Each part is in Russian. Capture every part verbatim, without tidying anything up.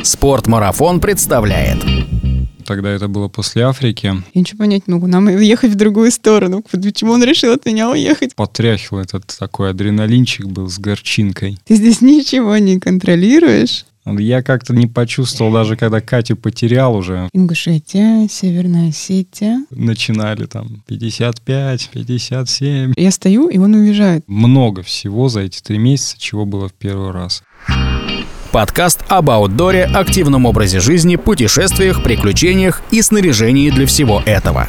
Спортмарафон представляет. Тогда это было после Африки. Я ничего понять не могу. Нам ехать в другую сторону. Почему он решил от меня уехать? Потряхивал этот такой адреналинчик был с горчинкой. Ты здесь ничего не контролируешь? Я как-то не почувствовал, даже когда Катю потерял уже. Ингушетия, Северная Осетия. Начинали там пятьдесят пять, пятьдесят семь. Я стою, и он уезжает. Много всего за эти три месяца, чего было в первый раз. Подкаст об аутдоре, активном образе жизни, путешествиях, приключениях и снаряжении для всего этого.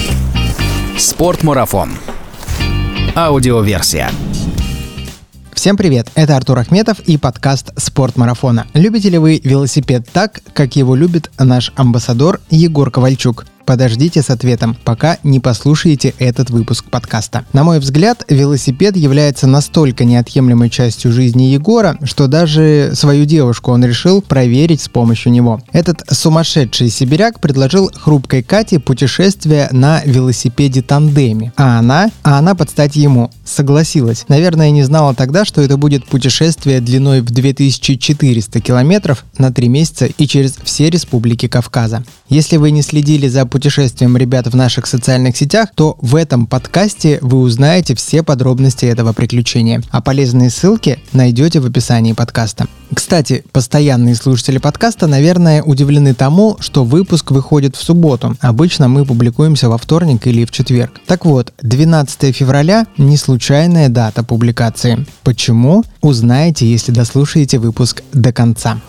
Спортмарафон. Аудиоверсия. Всем привет, это Артур Ахметов и подкаст «Спортмарафона». Любите ли вы велосипед так, как его любит наш амбассадор Егор Ковальчук? Подождите с ответом, пока не послушаете этот выпуск подкаста. На мой взгляд, велосипед является настолько неотъемлемой частью жизни Егора, что даже свою девушку он решил проверить с помощью него. Этот сумасшедший сибиряк предложил хрупкой Кате путешествие на велосипеде-тандеме, а она, а она под стать ему, согласилась. Наверное, не знала тогда, что это будет путешествие длиной в две тысячи четыреста километров на три месяца и через все республики Кавказа. Если вы не следили за путешествием ребят в наших социальных сетях, то в этом подкасте вы узнаете все подробности этого приключения, а полезные ссылки найдете в описании подкаста. Кстати, постоянные слушатели подкаста, наверное, удивлены тому, что выпуск выходит в субботу. Обычно мы публикуемся во вторник или в четверг. Так вот, двенадцатое февраля – не случайная дата публикации. Почему? Узнаете, если дослушаете выпуск до конца.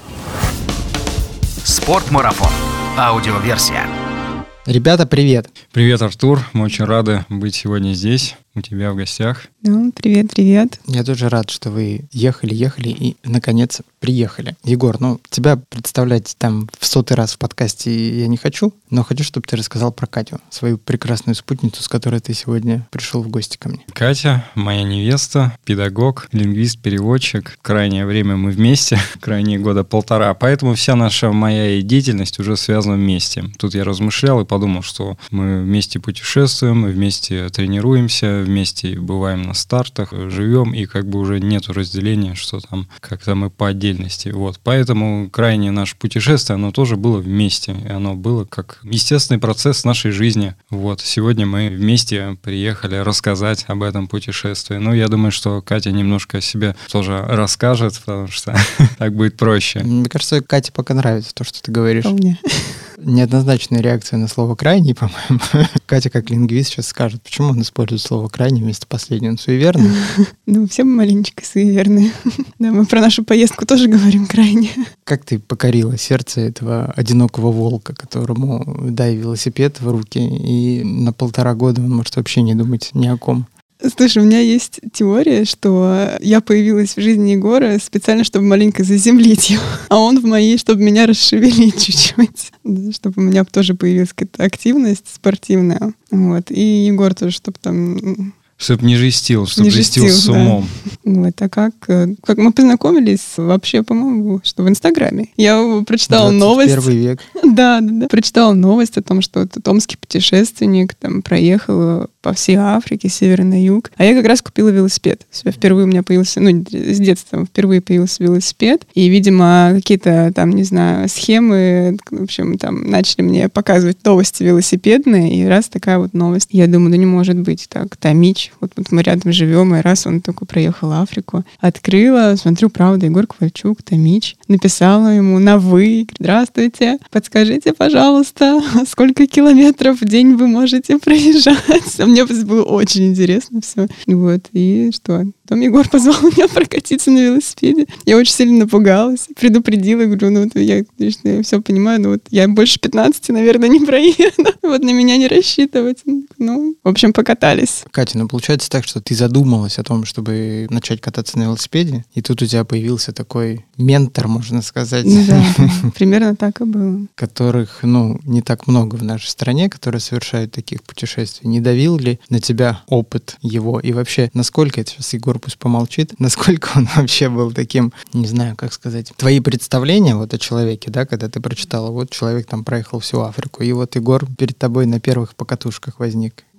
Спортмарафон. Аудиоверсия. Ребята, привет! Привет, Артур. Мы очень рады быть сегодня здесь, у тебя в гостях. Ну, привет, привет. Я тоже рад, что вы ехали, ехали и, наконец, приехали. Егор, ну, тебя представлять там в сотый раз в подкасте я не хочу, но хочу, чтобы ты рассказал про Катю, свою прекрасную спутницу, с которой ты сегодня пришел в гости ко мне. Катя, моя невеста, педагог, лингвист, переводчик. Крайнее время мы вместе, крайние года полтора, поэтому вся наша моя деятельность уже связана вместе. Тут я размышлял и подумал, что мы вместе путешествуем, мы вместе тренируемся, вместе бываем на стартах, живем, и как бы уже нету разделения, что там как-то мы по отдельности. Вот. Поэтому крайнее наше путешествие, оно тоже было вместе, и оно было как естественный процесс нашей жизни. Вот. Сегодня мы вместе приехали рассказать об этом путешествии. Ну, я думаю, что Катя немножко о себе тоже расскажет, потому что так будет проще. Мне кажется, Кате пока нравится то, что ты говоришь. Вполне. Неоднозначная реакция на слово «крайний», по-моему. Катя, как лингвист, сейчас скажет, почему он использует слово «крайний» вместо последнего. Он суеверный? Ну, все мы маленечко суеверные. Да, мы про нашу поездку тоже говорим крайне. Как ты покорила сердце этого одинокого волка, которому дай велосипед в руки, и на полтора года он может вообще не думать ни о ком? Слушай, у меня есть теория, что я появилась в жизни Егора специально, чтобы маленько заземлить его, а он в моей, чтобы меня расшевелить чуть-чуть, чтобы у меня тоже появилась какая-то активность спортивная. Вот. И Егор тоже, чтобы там... Чтобы не жестил, чтобы не жестил, жестил с да. умом. Вот, а как, как мы познакомились вообще, по-моему, что в Инстаграме. Я прочитала новость. двадцать первый век. Да, да, да. Прочитала новость о том, что этот томский путешественник там проехал по всей Африке, с севера на юг. А я как раз купила велосипед. Впервые у меня появился, ну, с детства впервые появился велосипед. И, видимо, какие-то там, не знаю, схемы, в общем, там начали мне показывать новости велосипедные. И раз такая вот новость. Я думаю, да не может быть так. Томич. Вот, вот мы рядом живем, и раз он только проехал Африку. Открыла, смотрю, правда, Егор Ковальчук, Томич. Написала ему на «вы». Здравствуйте, подскажите, пожалуйста, сколько километров в день вы можете проезжать? Мне было очень интересно все. Вот, и что? Потом Егор позвал меня прокатиться на велосипеде. Я очень сильно напугалась, предупредила, говорю, ну вот я, конечно, все понимаю, но вот я больше пятнадцати, наверное, не проеду. Вот на меня не рассчитывать. Ну, в общем, покатались. Катя, ну получается так, что ты задумалась о том, чтобы начать кататься на велосипеде, и тут у тебя появился такой ментор, можно сказать. Да, примерно так и было. Которых, ну, не так много в нашей стране, которые совершают таких путешествий. Не давил ли на тебя опыт его? И вообще, насколько, это сейчас Егор пусть помолчит, насколько он вообще был таким, не знаю, как сказать, твои представления вот о человеке, да, когда ты прочитала, вот человек там проехал всю Африку, и вот Егор перед тобой на первых покатушках возник.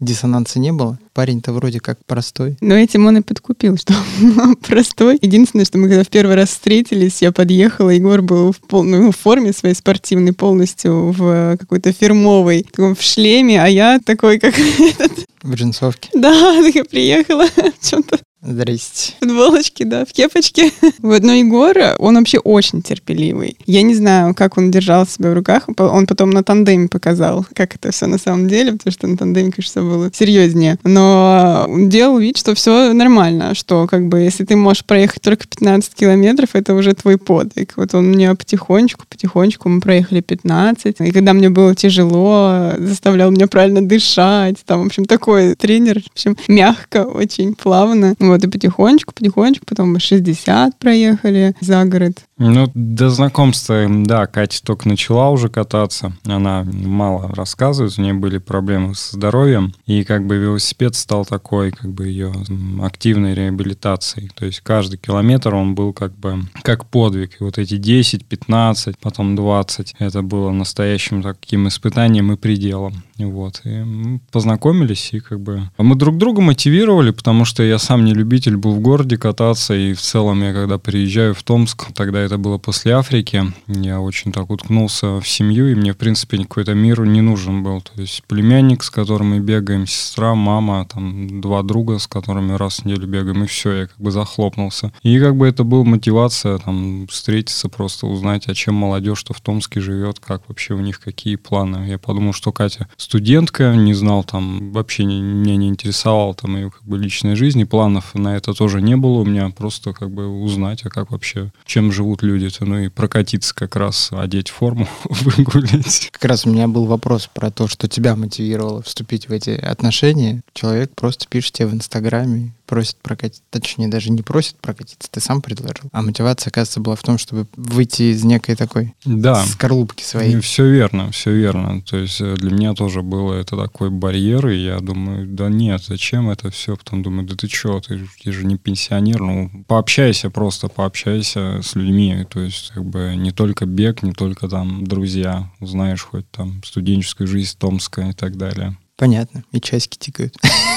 Диссонанса не было? Парень-то вроде как простой. Но этим он и подкупил, что он простой. Единственное, что мы когда в первый раз встретились, я подъехала, Егор был в полной ну, форме своей спортивной, полностью в какой-то фирмовой, в шлеме, а я такой, как этот... В джинсовке? Да, так я приехала в чем-то. Здрасте. В футболочке, да, в кепочке. Вот, но Егор, он вообще очень терпеливый. Я не знаю, как он держал себя в руках. Он потом на тандеме показал, как это все на самом деле, потому что на тандеме, конечно, было серьезнее. Но он делал вид, что все нормально, что как бы если ты можешь проехать только пятнадцать километров, это уже твой подвиг. Вот он мне потихонечку, потихонечку, мы проехали пятнадцать. И когда мне было тяжело, заставлял меня правильно дышать. Там, в общем, такой тренер, в общем, мягко, очень плавно. Вот, и потихонечку, потихонечку, потом мы шестьдесят проехали за город. Ну, до знакомства, да, Катя только начала уже кататься. Она мало рассказывает, у нее были проблемы со здоровьем. И как бы велосипед стал такой, как бы ее активной реабилитацией. То есть каждый километр он был как бы как подвиг. И вот эти десять, пятнадцать, потом двадцать, это было настоящим таким испытанием и пределом. Вот. И мы познакомились, и как бы... Мы друг друга мотивировали, потому что я сам не любитель был в городе кататься, и в целом я когда приезжаю в Томск, тогда это было после Африки, я очень так уткнулся в семью, и мне, в принципе, какой-то мир не нужен был. То есть племянник, с которым мы бегаем, сестра, мама, там, два друга, с которыми раз в неделю бегаем, и все, я как бы захлопнулся. И как бы это была мотивация, там, встретиться, просто узнать, о чем молодежь-то в Томске живет, как вообще у них, какие планы. Я подумал, что Катя студентка, не знал, там, вообще не, меня не интересовала там ее как бы личная жизнь, и планов на это тоже не было у меня, просто как бы узнать, а как вообще, чем живут люди-то, ну и прокатиться как раз, одеть форму, выгулять. Как раз у меня был вопрос про то, что тебя мотивировало вступить в эти отношения. Человек просто пишет тебе в Инстаграме, просит прокатиться, точнее, даже не просит прокатиться, ты сам предложил. А мотивация, оказывается, была в том, чтобы выйти из некой такой да. скорлупки своей. Все верно, все верно. То есть для меня тоже было это такой барьер, и я думаю, да нет, зачем это все? Потом думаю, да ты что, ты, ты же не пенсионер, ну пообщайся просто, пообщайся с людьми, то есть как бы не только бег, не только там друзья, узнаешь хоть там студенческую жизнь Томска и так далее. Понятно, и часики тикают.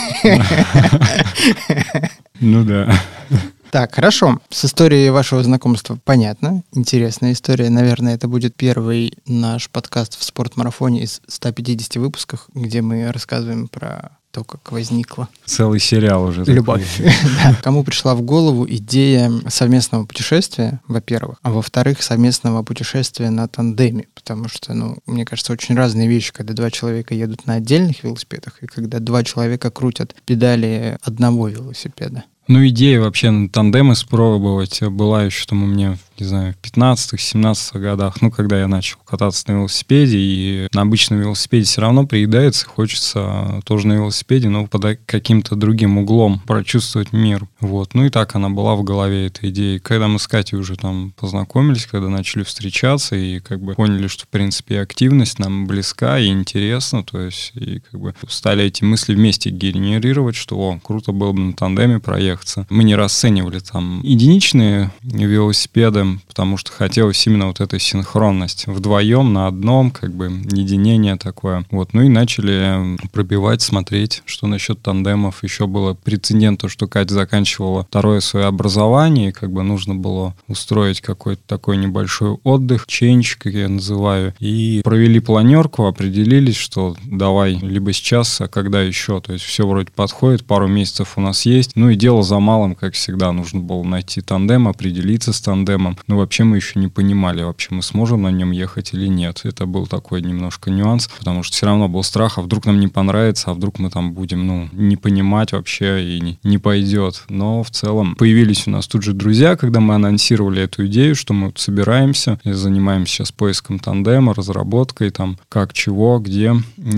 Ну да. Так, хорошо. С историей вашего знакомства понятно. Интересная история. Наверное, это будет первый наш подкаст в спортмарафоне из ста пятидесяти выпусков, где мы рассказываем про то, как возникла целый сериал уже. Любовь. Да. Кому пришла в голову идея совместного путешествия, во-первых, а во-вторых, совместного путешествия на тандеме, потому что, ну, мне кажется, очень разные вещи, когда два человека едут на отдельных велосипедах и когда два человека крутят педали одного велосипеда. Ну, идея вообще на тандем испробовать была еще, там, у меня, не знаю, в пятнадцатых-семнадцатых годах, ну, когда я начал кататься на велосипеде, и на обычном велосипеде все равно приедается, хочется тоже на велосипеде, но под каким-то другим углом прочувствовать мир. Вот. Ну, и так она была в голове, эта идея. Когда мы с Катей уже там познакомились, когда начали встречаться, и как бы поняли, что, в принципе, активность нам близка и интересна, то есть, и как бы стали эти мысли вместе генерировать, что, о, круто было бы на тандеме проехать. Мы не расценивали там единичные велосипеды, потому что хотелось именно вот этой синхронности. Вдвоем, на одном, как бы, единение такое. Вот. Ну и начали пробивать, смотреть, что насчет тандемов. Еще было прецедент, то, что Катя заканчивала второе свое образование, и как бы нужно было устроить какой-то такой небольшой отдых, ченч, как я называю, и провели планерку, определились, что давай либо сейчас, а когда еще. То есть все вроде подходит, пару месяцев у нас есть. Ну и дело за малым, как всегда, нужно было найти тандем, определиться с тандемом. Но вообще мы еще не понимали, вообще мы сможем на нем ехать или нет. Это был такой немножко нюанс, потому что все равно был страх, а вдруг нам не понравится, а вдруг мы там будем, ну, не понимать вообще и не, не пойдет. Но в целом появились у нас тут же друзья, когда мы анонсировали эту идею, что мы вот собираемся и занимаемся сейчас поиском тандема, разработкой, там, как, чего, где.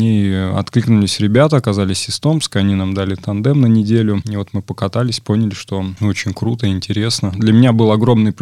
И откликнулись ребята, оказались из Томска, они нам дали тандем на неделю, и вот мы покатались, поняли, что очень круто, интересно. Для меня был огромный плюс, потому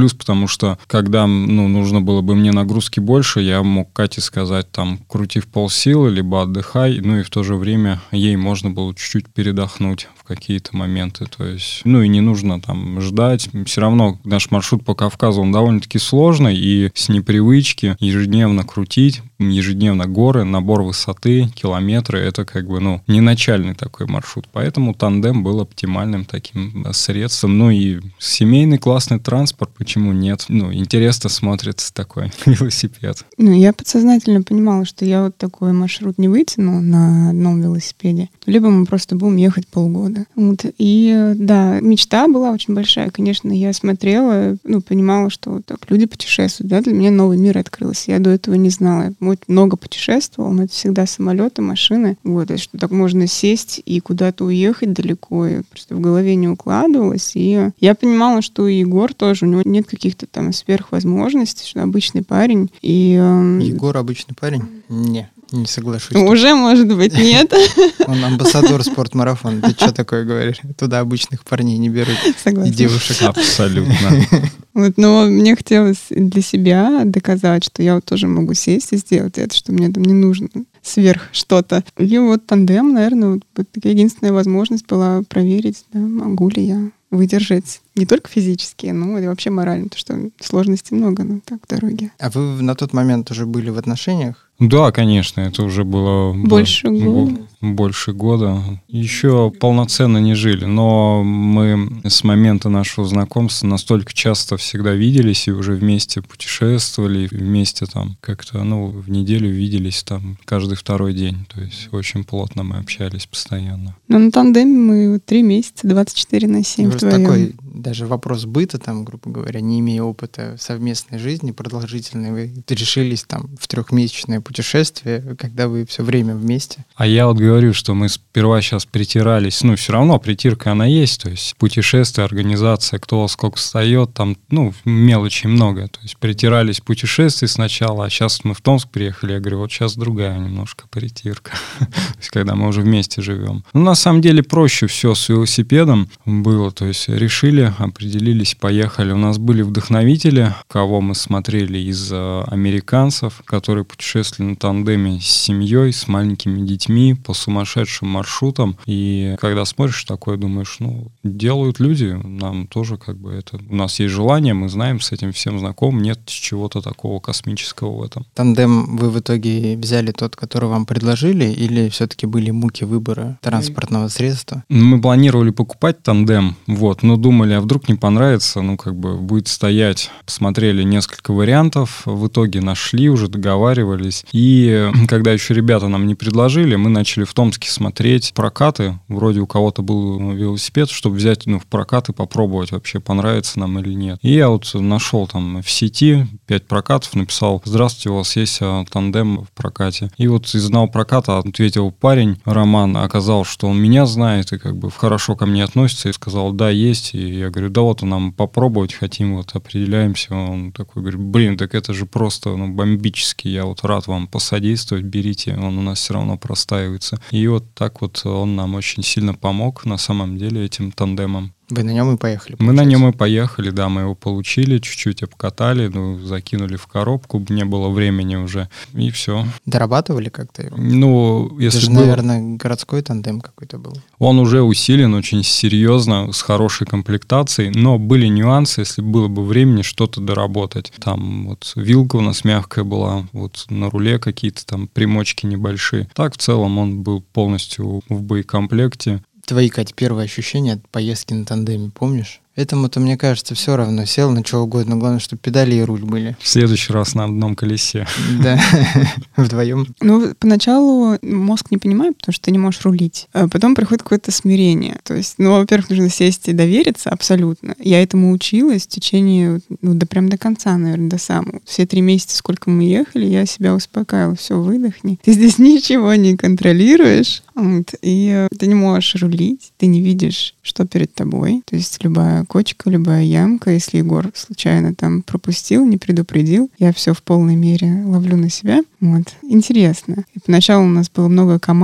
потому что когда, ну, нужно было бы мне нагрузки больше, я мог Кате сказать, там, крути в полсилы, либо отдыхай, ну, и в то же время ей можно было чуть-чуть передохнуть в какие-то моменты, то есть, ну, и не нужно там ждать. Все равно наш маршрут по Кавказу, он довольно-таки сложный, и с непривычки ежедневно крутить, ежедневно горы, набор высоты, километры, это как бы, ну, не начальный такой маршрут, поэтому тандем был оптимальным таким средством. Ну и семейный классный транспорт, почему нет? Ну, интересно смотрится такой велосипед. Ну, я подсознательно понимала, что я вот такой маршрут не вытяну на одном велосипеде, либо мы просто будем ехать полгода. Вот. И да, мечта была очень большая, конечно, я смотрела, ну, понимала, что вот так люди путешествуют, да, для меня новый мир открылся, я до этого не знала. Я много путешествовала, но это всегда самолеты, машины, вот, и что так можно сесть и куда-то уехать далеко, и просто в голове не укладывалось, и я понимала, что и Егор тоже, у него нет каких-то там сверхвозможностей, что обычный парень, и... Э... Егор обычный парень? Не. Не соглашусь. Уже, может быть, нет. Он амбассадор спортмарафона. Ты что такое говоришь? Туда обычных парней не берут. Согласна. И девушек. Абсолютно. Вот, но мне хотелось для себя доказать, что я вот тоже могу сесть и сделать это, что мне там не нужно сверх что-то. И вот тандем, наверное, вот такая единственная возможность была проверить, да, могу ли я выдержать не только физически, но и вообще морально, потому что сложностей много, но так в дороге. А вы на тот момент уже были в отношениях? Да, конечно, это уже было... Больше б- года. Больше года. Еще полноценно не жили, но мы с момента нашего знакомства настолько часто всегда виделись и уже вместе путешествовали, и вместе там как-то, ну, в неделю виделись там каждый второй день. То есть очень плотно мы общались постоянно. Ну, на тандеме мы три месяца, двадцать четыре на семь Просто вдвоем. такой даже вопрос быта, там, грубо говоря, не имея опыта совместной жизни продолжительной, вы решились там в трехмесячное путешествие, когда вы все время вместе. А я вот говорю, что мы сперва сейчас притирались, ну, все равно притирка она есть, то есть путешествие, организация, кто сколько встает, там, ну, мелочей много, то есть притирались путешествия сначала, а сейчас мы в Томск приехали, я говорю, вот сейчас другая немножко притирка, то есть когда мы уже вместе живем. Ну, на самом деле проще все с велосипедом было, то есть решили, определились, поехали. У нас были вдохновители, кого мы смотрели из американцев, которые путешествовали на тандеме с семьей, с маленькими детьми по сумасшедшим маршрутам. И когда смотришь такое, думаешь, ну, делают люди, нам тоже как бы это... У нас есть желание, мы знаем, с этим всем знаком, нет чего-то такого космического в этом. Тандем вы в итоге взяли тот, который вам предложили, или все-таки были муки выбора транспортного средства? Мы планировали покупать тандем, вот, но думали, а вдруг не понравится, ну, как бы будет стоять. Посмотрели несколько вариантов, в итоге нашли, уже договаривались. И когда еще ребята нам не предложили, мы начали в Томске смотреть прокаты. Вроде у кого-то был велосипед, чтобы взять, ну, в прокат и попробовать, вообще понравится нам или нет. И я вот нашел там в сети пять прокатов, написал: здравствуйте, у вас есть тандем в прокате. И вот из одного проката ответил парень, Роман, оказалось, что он меня знает и как бы хорошо ко мне относится, и сказал: да, есть. И я говорю: да вот нам попробовать хотим, вот определяемся. Он такой говорит: блин, так это же просто, ну, бомбически, я вот рад вам посодействовать, берите, он у нас все равно простаивается. И вот так вот он нам очень сильно помог на самом деле этим тандемом. Вы на нем и поехали? Мы на нем и поехали, да, мы его получили, чуть-чуть обкатали, ну, закинули в коробку, не было времени уже, и все. Дорабатывали как-то его? Ну, если Это же, было... наверное, городской тандем какой-то был. Он уже усилен очень серьезно, с хорошей комплектацией, но были нюансы, если было бы времени что-то доработать. Там вот вилка у нас мягкая была, вот на руле какие-то там примочки небольшие. Так, в целом, он был полностью в боекомплекте. Твои, Кать, первые ощущения от поездки на тандеме, помнишь? Этому-то, мне кажется, все равно. Сел на что угодно. Главное, чтобы педали и руль были. В следующий раз на одном колесе. Да, вдвоем. Ну, поначалу мозг не понимает, потому что ты не можешь рулить. А потом приходит какое-то смирение. То есть, ну, во-первых, нужно сесть и довериться абсолютно. Я этому училась в течение, ну, да прям до конца, наверное, до самого. Все три месяца, сколько мы ехали, я себя успокаивала. Все, выдохни. Ты здесь ничего не контролируешь. Вот, и ты не можешь рулить, ты не видишь, что перед тобой. То есть любая кочка, любая ямка, если Егор случайно там пропустил, не предупредил, я все в полной мере ловлю на себя. Вот. Интересно. И поначалу у нас было много команд,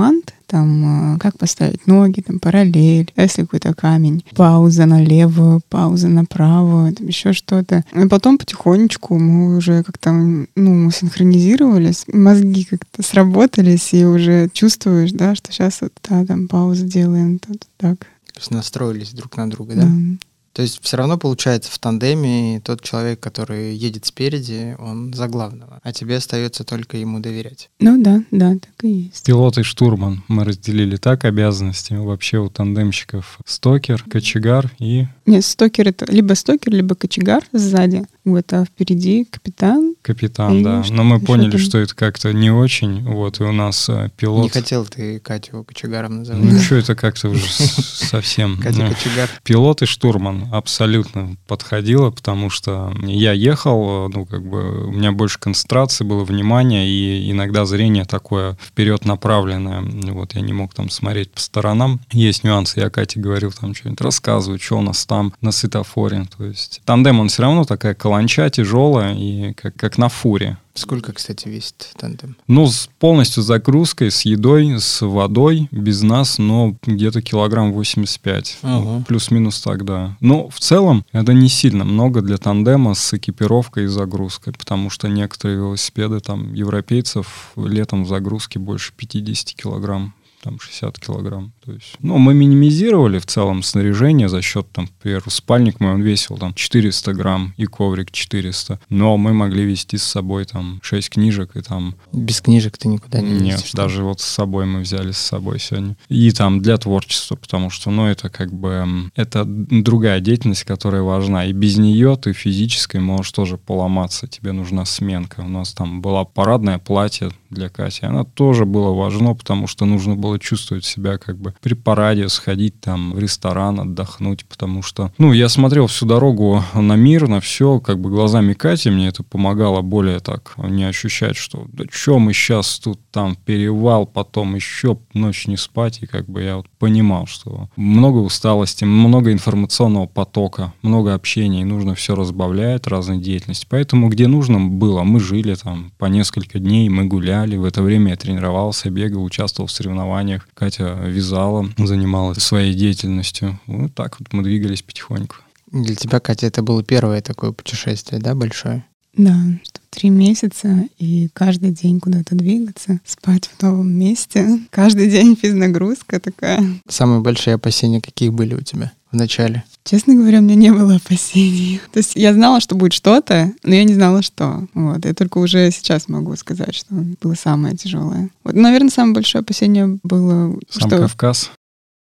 там, как поставить ноги, там, параллель, а если какой-то камень, пауза на левую, пауза на правую, там, еще что-то. И потом потихонечку мы уже как-то, ну, синхронизировались, мозги как-то сработались, и уже чувствуешь, да, что сейчас вот, да, там, паузу делаем, тут так. То есть настроились друг на друга, да? Да. То есть все равно получается в тандеме тот человек, который едет спереди, он за главного, а тебе остается только ему доверять. Ну да, да, так и есть. Пилот и штурман. Мы разделили так обязанности. Вообще у тандемщиков стокер, кочегар и... Нет, стокер — это либо стокер, либо кочегар сзади, вот, а впереди капитан. Капитан, И да. что- Но мы что поняли, там? что это как-то не очень. Вот, и у нас э, пилот... Не хотел ты Катю кочегаром называть. Ну что, это как-то уже с- совсем... Катя ну, кочегар. Пилот и штурман абсолютно подходило, потому что я ехал, ну, как бы, у меня больше концентрации было, внимания, и иногда зрение такое вперед направленное. Вот, я не мог там смотреть по сторонам. Есть нюансы, я Кате говорил, там что-нибудь рассказываю, что у нас там на светофоре. То есть тандем, он все равно такая каланча, тяжелая, и как, как на фуре. Сколько, кстати, весит тандем? Ну, с полностью загрузкой, с едой, с водой, без нас, но где-то килограмм восемьдесят пять. Ага. Плюс-минус так, да. Но в целом это не сильно много для тандема с экипировкой и загрузкой, потому что некоторые велосипеды там европейцев летом в загрузке больше пятьдесят килограмм. Там шестьдесят килограмм. То есть, ну, мы минимизировали в целом снаряжение за счет, там, например, спальник мой, он весил там четыреста грамм и коврик четыреста. Но мы могли везти с собой там шесть книжек и там... Без книжек ты никуда не Нет, ездишь, что ли? даже вот с собой мы взяли с собой сегодня. И там для творчества, потому что, ну, это как бы... м, Это другая деятельность, которая важна. И без нее ты физически можешь тоже поломаться. Тебе нужна сменка. У нас там было парадное платье для Кати. Она тоже было важно, потому что нужно было чувствовать себя как бы при параде, сходить там в ресторан, отдохнуть, потому что, ну, я смотрел всю дорогу на мир, на все, как бы глазами Кати, мне это помогало более так не ощущать, что да что мы сейчас тут там перевал, потом еще ночь не спать, и как бы я вот понимал, что много усталости, много информационного потока, много общения, и нужно все разбавлять, разные деятельности. Поэтому где нужно было, мы жили там по несколько дней, мы гуляли, в это время я тренировался, бегал, участвовал в соревнованиях. Катя вязала, занималась своей деятельностью. Вот так вот мы двигались потихоньку. Для тебя, Катя, это было первое такое путешествие, да, большое? Да, что три месяца, и каждый день куда-то двигаться, спать в новом месте. Каждый день физнагрузка такая. Самые большие опасения какие были у тебя в начале? Честно говоря, у меня не было опасений. То есть я знала, что будет что-то, но я не знала, что. Вот. Я только уже сейчас могу сказать, что было самое тяжелое. Вот, наверное, самое большое опасение было, Сам что... Кавказ.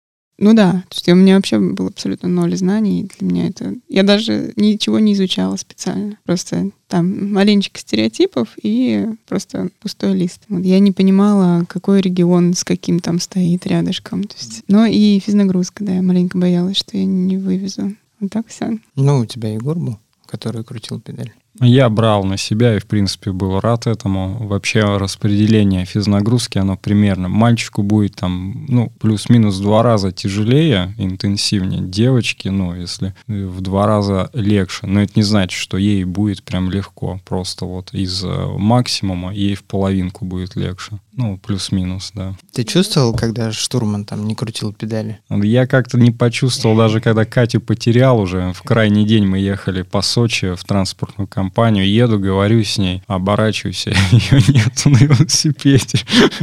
Ну да, то есть у меня вообще было абсолютно ноль знаний, и для меня это... Я даже ничего не изучала специально. Просто там маленечко стереотипов и просто пустой лист. Вот я не понимала, какой регион с каким там стоит рядышком. То есть... Но и физнагрузка, да, я маленько боялась, что я не вывезу. Вот так все. Ну, у тебя Егор был, который крутил педаль. Я брал на себя и, в принципе, был рад этому. Вообще распределение физнагрузки, оно примерно. Мальчику будет там, ну, плюс-минус в два раза тяжелее, интенсивнее. Девочке, ну, если в два раза легче. Но это не значит, что ей будет прям легко. Просто вот из максимума ей в половинку будет легче. Ну, плюс-минус, да. Ты чувствовал, когда штурман там не крутил педали? Я как-то не почувствовал, даже когда Катю потерял уже. В крайний день мы ехали по Сочи в транспортную компанию. Еду, говорю с ней, оборачиваюсь, ее нету на велосипеде.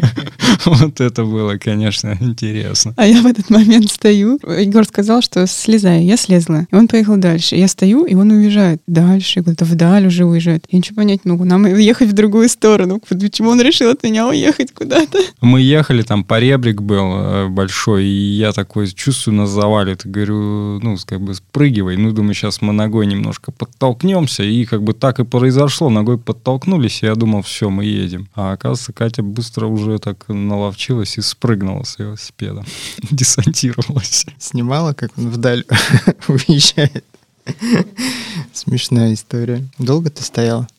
Вот это было, конечно, интересно. А я в этот момент стою. Егор сказал, что слезай. Я слезла. И он поехал дальше. Я стою, и он уезжает дальше, куда-то вдаль уже уезжает. Я ничего понять не могу. Нам ехать в другую сторону. Почему он решил от меня уехать куда-то? Мы ехали, там поребрик был э, большой, и я такой чувствую, нас завалит. Говорю, ну, как бы спрыгивай. Ну, думаю, сейчас мы ногой немножко подтолкнемся, и как бы так и произошло. Ногой подтолкнулись, и я думал, все, мы едем. А оказывается, Катя быстро уже так наловчилась и спрыгнула с велосипеда. Десантировалась. Снимала, как он вдаль уезжает. Смешная история. Долго ты стояла?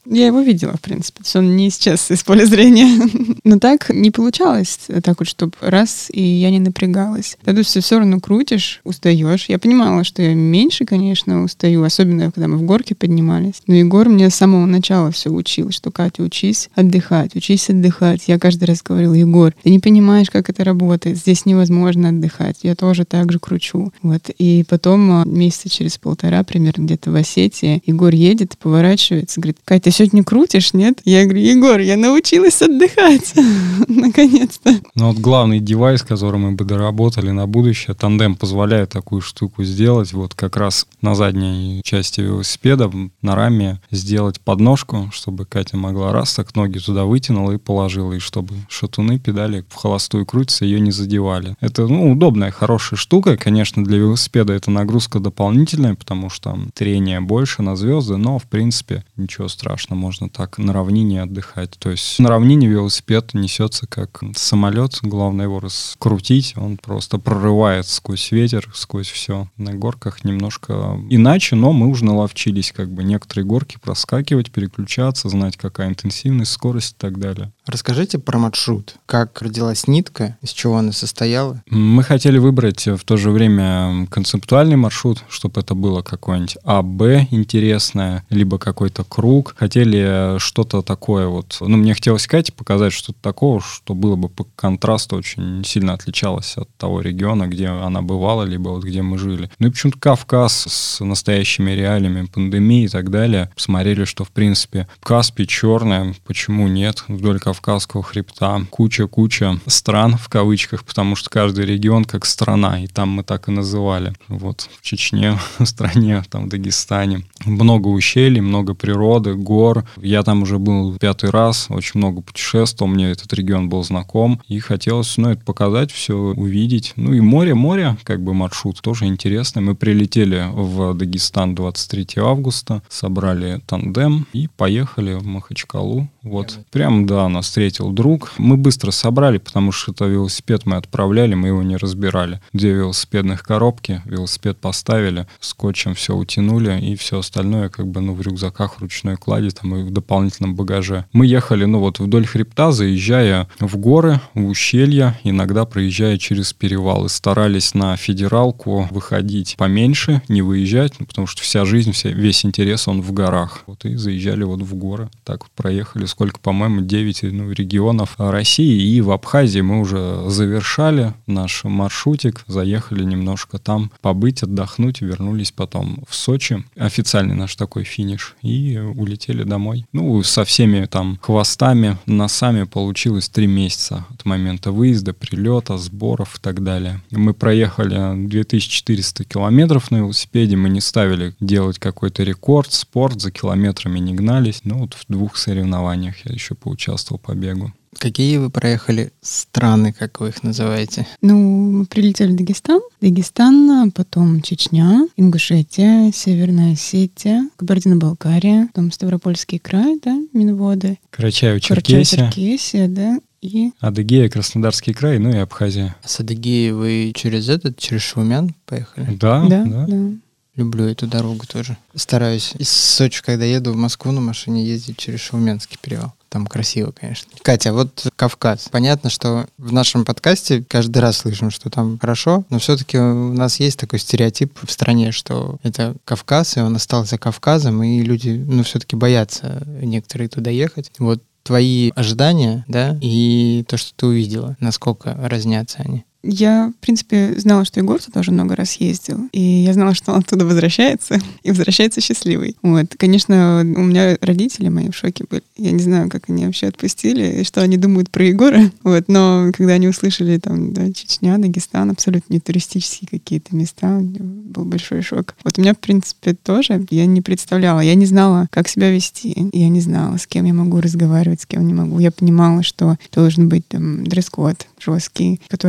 Я его видела, в принципе. То есть он не исчез из поля зрения. Но так не получалось, так вот, чтобы раз, и я не напрягалась. Тогда все все равно крутишь, устаешь. Я понимала, что я меньше, конечно, устаю, особенно когда мы в горке поднимались. Но Егор мне с самого начала все учил, что, Катя, учись отдыхать, учись отдыхать. Я каждый раз говорила: Егор, ты не понимаешь, как это работает, здесь невозможно отдыхать. Я тоже так же кручу. Вот. И потом месяца через полтора, примерно где-то в Осетии, Егор едет, поворачивается, говорит: Катя, сегодня крутишь, нет? Я говорю: Егор, я научилась отдыхать. Наконец-то. Ну вот главный девайс, который мы бы доработали на будущее, тандем позволяет такую штуку сделать. Вот как раз на задней части велосипеда, на раме, сделать подножку, чтобы Катя могла раз так ноги туда вытянула и положила, и чтобы шатуны, педали в холостую крутятся, ее не задевали. Это, ну, удобная, хорошая штука. Конечно, для велосипеда это нагрузка дополнительная, потому что там трение больше на звезды, но, в принципе, ничего страшного, можно так на равнине отдыхать. То есть на равнине велосипед несется как самолет, главное его раскрутить, он просто прорывает сквозь ветер, сквозь все. На горках немножко иначе, но мы уже наловчились как бы некоторые горки проскакивать, переключаться, знать, какая интенсивность, скорость и так далее. Расскажите про маршрут. Как родилась нитка, из чего она состояла? Мы хотели выбрать в то же время концептуальный маршрут, чтобы это было какое-нибудь А Б интересное, либо какой-то круг. Хотели что-то такое вот. Ну, мне хотелось Кате показать что-то такого, что было бы по контрасту очень сильно отличалось от того региона, где она бывала, либо вот где мы жили. Ну и почему-то Кавказ с настоящими реалиями пандемии и так далее. Посмотрели, что в принципе Каспий черная, почему нет? Вдоль Кавказского хребта куча-куча стран в кавычках, потому что каждый регион как страна, и там мы так и называли. Вот в Чечне, в стране, там в Дагестане. Много ущелий, много природы, гор. Я там уже был пятый раз, очень много путешествовал, мне этот регион был знаком, и хотелось, ну, это показать, все увидеть. Ну и море, море, как бы маршрут тоже интересный. Мы прилетели в Дагестан двадцать третьего августа, собрали тандем и поехали в Махачкалу. Вот. Прямо, да, нас встретил друг. Мы быстро собрали, потому что это велосипед мы отправляли, мы его не разбирали. Две велосипедных коробки, велосипед поставили, скотчем все утянули, и все остальное как бы, ну, в рюкзаках, в ручной клади там и в дополнительном багаже. Мы ехали, ну, вот вдоль хребта, заезжая в горы, в ущелья, иногда проезжая через перевалы. Старались на федералку выходить поменьше, не выезжать, ну, потому что вся жизнь, вся, весь интерес, он в горах. Вот и заезжали вот в горы. Так вот проехали, сколько, по-моему, девять ну, регионов России, и в Абхазии мы уже завершали наш маршрутик, заехали немножко там побыть, отдохнуть, вернулись потом в Сочи. Официальный наш такой финиш. И улетели домой. Ну, со всеми там хвостами, носами получилось три месяца от момента выезда, прилета, сборов и так далее. Мы проехали две тысячи четыреста километров на велосипеде, мы не ставили делать какой-то рекорд, спорт, за километрами не гнались. Ну, вот в двух соревнованиях я еще поучаствовал по бегу. Какие вы проехали страны, как вы их называете? Ну, мы прилетели в Дагестан. Дагестан, потом Чечня, Ингушетия, Северная Осетия, Кабардино-Балкария, потом Ставропольский край, да, Минводы. Карачаево-Черкесия. Карачаево-Черкесия, да, и... Адыгея, Краснодарский край, ну и Абхазия. А с Адыгеей вы через этот, через Шаумян поехали? Да, Да, да. да. Люблю эту дорогу тоже. Стараюсь из Сочи, когда еду в Москву на машине, ездить через Шаумянский перевал. Там красиво, конечно. Катя, вот Кавказ. Понятно, что в нашем подкасте каждый раз слышим, что там хорошо, но все-таки у нас есть такой стереотип в стране, что это Кавказ, и он остался Кавказом, и люди, ну, все-таки боятся некоторые туда ехать. Вот твои ожидания, да, и то, что ты увидела, насколько разнятся они? Я, в принципе, знала, что Егор туда уже много раз ездил, и я знала, что он оттуда возвращается, и возвращается счастливый. Вот. Конечно, у меня родители мои в шоке были. Я не знаю, как они вообще отпустили, и что они думают про Егора. Вот. Но когда они услышали, там, да, Чечня, Дагестан, абсолютно не туристические какие-то места, был большой шок. Вот у меня, в принципе, тоже я не представляла, я не знала, как себя вести, я не знала, с кем я могу разговаривать, с кем не могу. Я понимала, что должен быть там дресс-код жесткий, который там с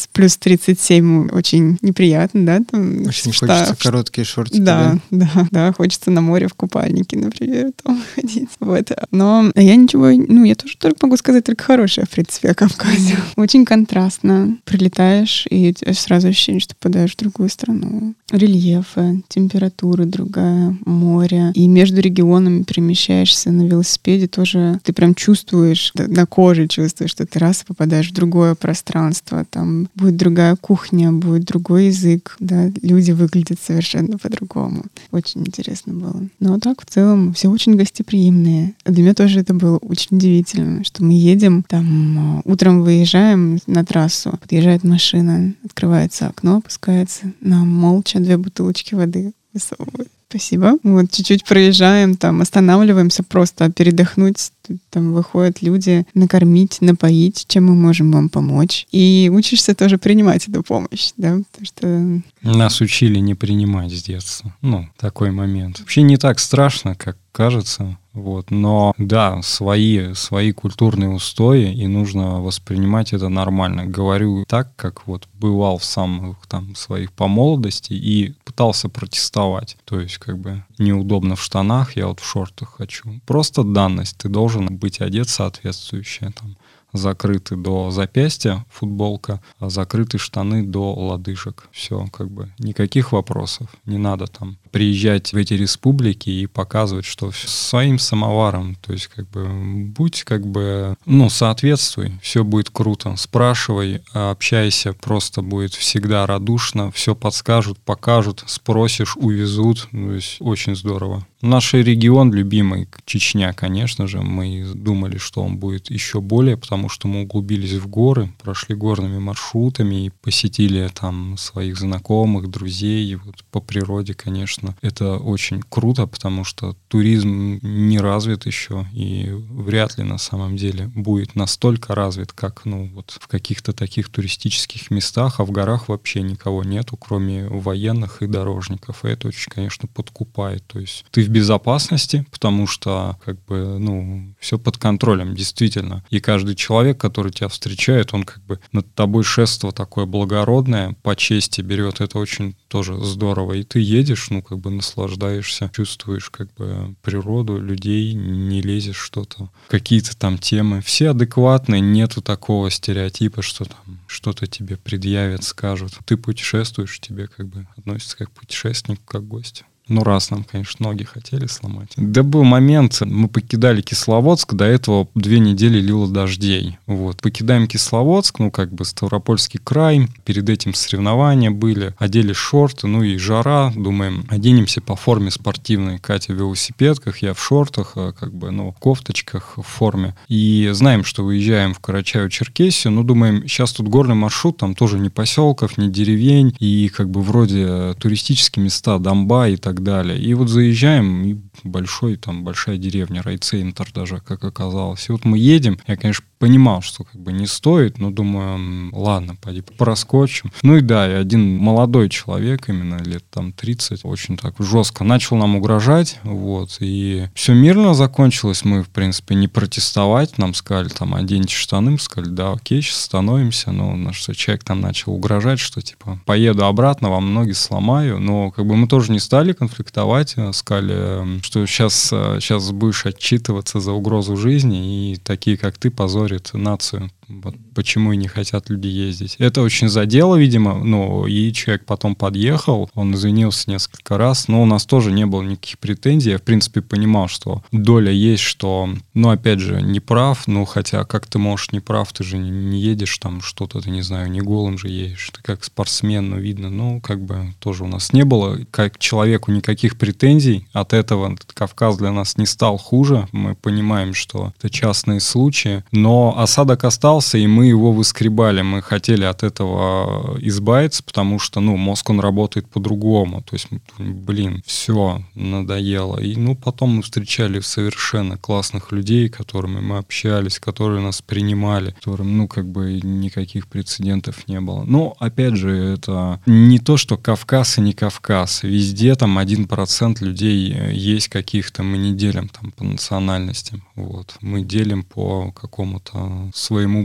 плюс тридцать семь очень неприятно, да? Там, Очень что, хочется что, короткие шортики, да, да? Да, да, хочется на море в купальнике, например, там ходить. Вот. Но я ничего, ну, я тоже только могу сказать только хорошее, в принципе, о Кавказе. Очень контрастно. Прилетаешь, и сразу ощущение, что попадаешь в другую страну. Рельефы, температура другая, море. И между регионами перемещаешься на велосипеде тоже. Ты прям чувствуешь, на коже чувствуешь, что ты раз попадаешь в другое пространство. Там будет другая кухня, будет другой язык. Да, люди выглядят совершенно по-другому. Очень интересно было. Но так, в целом, все очень гостеприимные. Для меня тоже это было очень удивительно, что мы едем, там утром выезжаем на трассу, подъезжает машина, открывается окно, опускается, нам молча две бутылочки воды высовывают. Спасибо. Вот чуть-чуть проезжаем, там останавливаемся просто передохнуть. Там выходят люди накормить, напоить, чем мы можем вам помочь. И учишься тоже принимать эту помощь, да, потому что... Нас учили не принимать с детства. Ну, такой момент. Вообще не так страшно, как кажется. Вот. Но да, свои, свои культурные устои, и нужно воспринимать это нормально. Говорю так, как вот бывал в самых там своих по молодости и пытался протестовать. То есть как бы неудобно в штанах, я вот в шортах хочу. Просто данность. Ты должен быть одет соответствующе. Там, закрыты до запястья футболка, а закрыты штаны до лодыжек. Все, как бы никаких вопросов. Не надо там приезжать в эти республики и показывать, что своим самоваром, то есть как бы будь как бы, ну, соответствуй, все будет круто. Спрашивай, общайся, просто будет всегда радушно, все подскажут, покажут, спросишь, увезут. То есть очень здорово. Наш регион любимый, Чечня, конечно же, мы думали, что он будет еще более, потому что мы углубились в горы, прошли горными маршрутами и посетили там своих знакомых, друзей. И вот по природе, конечно, это очень круто, потому что туризм не развит еще и вряд ли на самом деле будет настолько развит, как ну, вот в каких-то таких туристических местах, а в горах вообще никого нету, кроме военных и дорожников. И это очень, конечно, подкупает. То есть ты в безопасности, потому что как бы, ну, все под контролем, действительно. И каждый человек, который тебя встречает, он как бы над тобой шество такое благородное, по чести берет. Это очень тоже здорово. И ты едешь, ну, как бы наслаждаешься, чувствуешь как бы природу, людей, не лезешь что-то, какие-то там темы. Все адекватные, нету такого стереотипа, что там что-то тебе предъявят, скажут. Ты путешествуешь, тебе как бы относятся как путешественник, как гость. Ну, раз нам, конечно, ноги хотели сломать. Да был момент, мы покидали Кисловодск, до этого две недели лило дождей. Вот. Покидаем Кисловодск, ну, как бы Ставропольский край, перед этим соревнования были, одели шорты, ну и жара, думаем, оденемся по форме спортивной. Катя в велосипедках, я в шортах, как бы, ну, в кофточках в форме. И знаем, что выезжаем в Карачаево-Черкесию, ну, думаем, сейчас тут горный маршрут, там тоже ни поселков, ни деревень, и как бы вроде туристические места, Домба и так далее. И вот заезжаем, и большой, там, большая деревня, райцентр даже, как оказалось. И вот мы едем, я, конечно, понимал, что как бы не стоит, но думаю, ладно, пойди проскочим. Ну и да, и один молодой человек, именно лет там тридцать, очень так жестко начал нам угрожать, вот, и все мирно закончилось, мы, в принципе, не протестовать, нам сказали, там, оденьте штаны, мы сказали, да, окей, сейчас становимся, но наш человек там начал угрожать, что, типа, поеду обратно, вам ноги сломаю, но, как бы, мы тоже не стали конфликтовать, сказали, что сейчас, сейчас будешь отчитываться за угрозу жизни, и такие, как ты, позорят нацию. Вот почему и не хотят люди ездить. Это очень задело, видимо, ну, и человек потом подъехал, он извинился несколько раз, но у нас тоже не было никаких претензий. Я, в принципе, понимал, что доля есть, что, ну, опять же, не прав, ну, хотя как ты можешь не прав, ты же не, не едешь там что-то, ты, не знаю, не голым же едешь, ты как спортсмен, ну, видно, ну, как бы тоже у нас не было, как человеку, никаких претензий. От этого Кавказ для нас не стал хуже, мы понимаем, что это частные случаи, но осадок остался, и мы его выскребали. Мы хотели от этого избавиться, потому что, ну, мозг, он работает по-другому. То есть, блин, все, надоело. И, ну, потом мы встречали совершенно классных людей, с которыми мы общались, которые нас принимали, которым, ну, как бы никаких прецедентов не было. Но, опять же, это не то, что Кавказ и не Кавказ. Везде там один процент людей есть каких-то, мы не делим там по национальностям. Вот. Мы делим по какому-то своему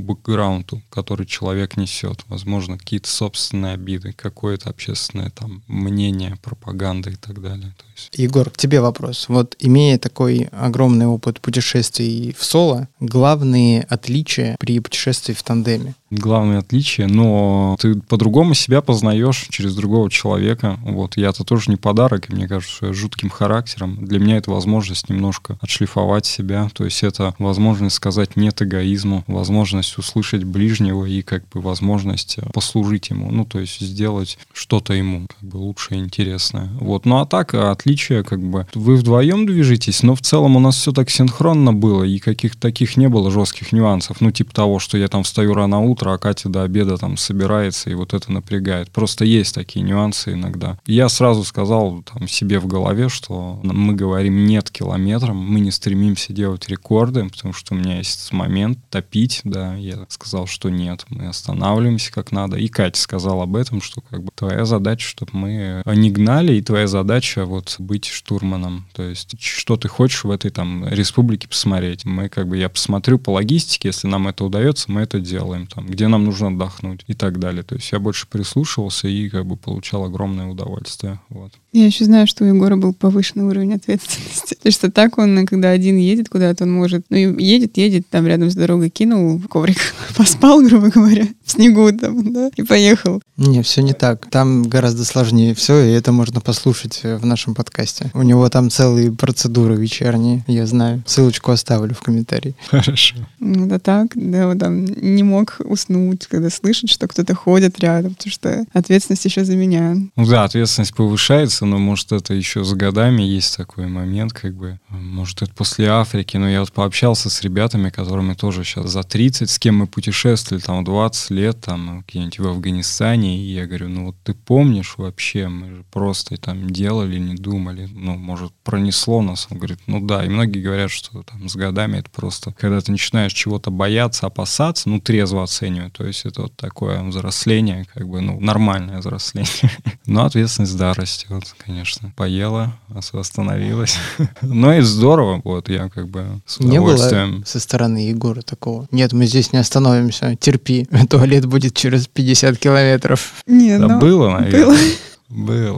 бэкграунду, который человек несет. Возможно, какие-то собственные обиды, какое-то общественное там мнение, пропаганда и так далее. То есть... Егор, к тебе вопрос. Вот имея такой огромный опыт путешествий в соло, главные отличия при путешествии в тандеме? Главное отличие, но ты по-другому себя познаешь через другого человека. Вот я-то тоже не подарок, и мне кажется, что я жутким характером. Для меня это возможность немножко отшлифовать себя, то есть это возможность сказать нет эгоизму, возможность услышать ближнего и как бы возможность послужить ему, ну то есть сделать что-то ему как бы лучше и интересное. Вот, ну а так отличие как бы вы вдвоем движетесь, но в целом у нас все так синхронно было и каких-то таких не было жестких нюансов, ну типа того, что я там встаю рано утром, а Катя до обеда там собирается, и вот это напрягает. Просто есть такие нюансы иногда. Я сразу сказал там себе в голове, что мы говорим нет километрам, мы не стремимся делать рекорды, потому что у меня есть момент топить, да, я сказал, что нет, мы останавливаемся как надо. И Катя сказала об этом, что как бы твоя задача, чтобы мы не гнали, и твоя задача вот быть штурманом. То есть что ты хочешь в этой там республике посмотреть. Мы как бы, я посмотрю по логистике, если нам это удается, мы это делаем. Там, где нам нужно отдохнуть и так далее. То есть я больше прислушивался и как бы получал огромное удовольствие. Вот. Я еще знаю, что у Егора был повышенный уровень ответственности. Потому что так он, когда один едет куда-то, он может... Ну, едет, едет, там рядом с дорогой кинул коврик, поспал, грубо говоря, в снегу там, да, и поехал. Не, все не так. Там гораздо сложнее все, и это можно послушать в нашем подкасте. У него там целые процедуры вечерние, я знаю. Ссылочку оставлю в комментарии. Хорошо. Ну, да так, да, вот там не мог уснуть, когда слышит, что кто-то ходит рядом, потому что ответственность еще за меня. Ну да, ответственность повышается, но может это еще с годами есть такой момент, как бы, может это после Африки, но я вот пообщался с ребятами, которыми тоже сейчас за тридцать, с кем мы путешествовали там двадцать лет, там где-нибудь в Афганистане, и я говорю, ну вот ты помнишь вообще, мы же просто там делали, не думали, ну может пронесло нас, он говорит, ну да, и многие говорят, что там с годами это просто, когда ты начинаешь чего-то бояться, опасаться, ну трезво оценивать, то есть это вот такое взросление, как бы, ну нормальное взросление, но ответственность, да, растет, конечно, поела, остановилась, но и здорово, вот я как бы с удовольствием. Не было со стороны Егора такого? Нет, мы здесь не остановимся, терпи, туалет будет через пятьдесят километров. Нет, да ну, было, наверное. Было. Было.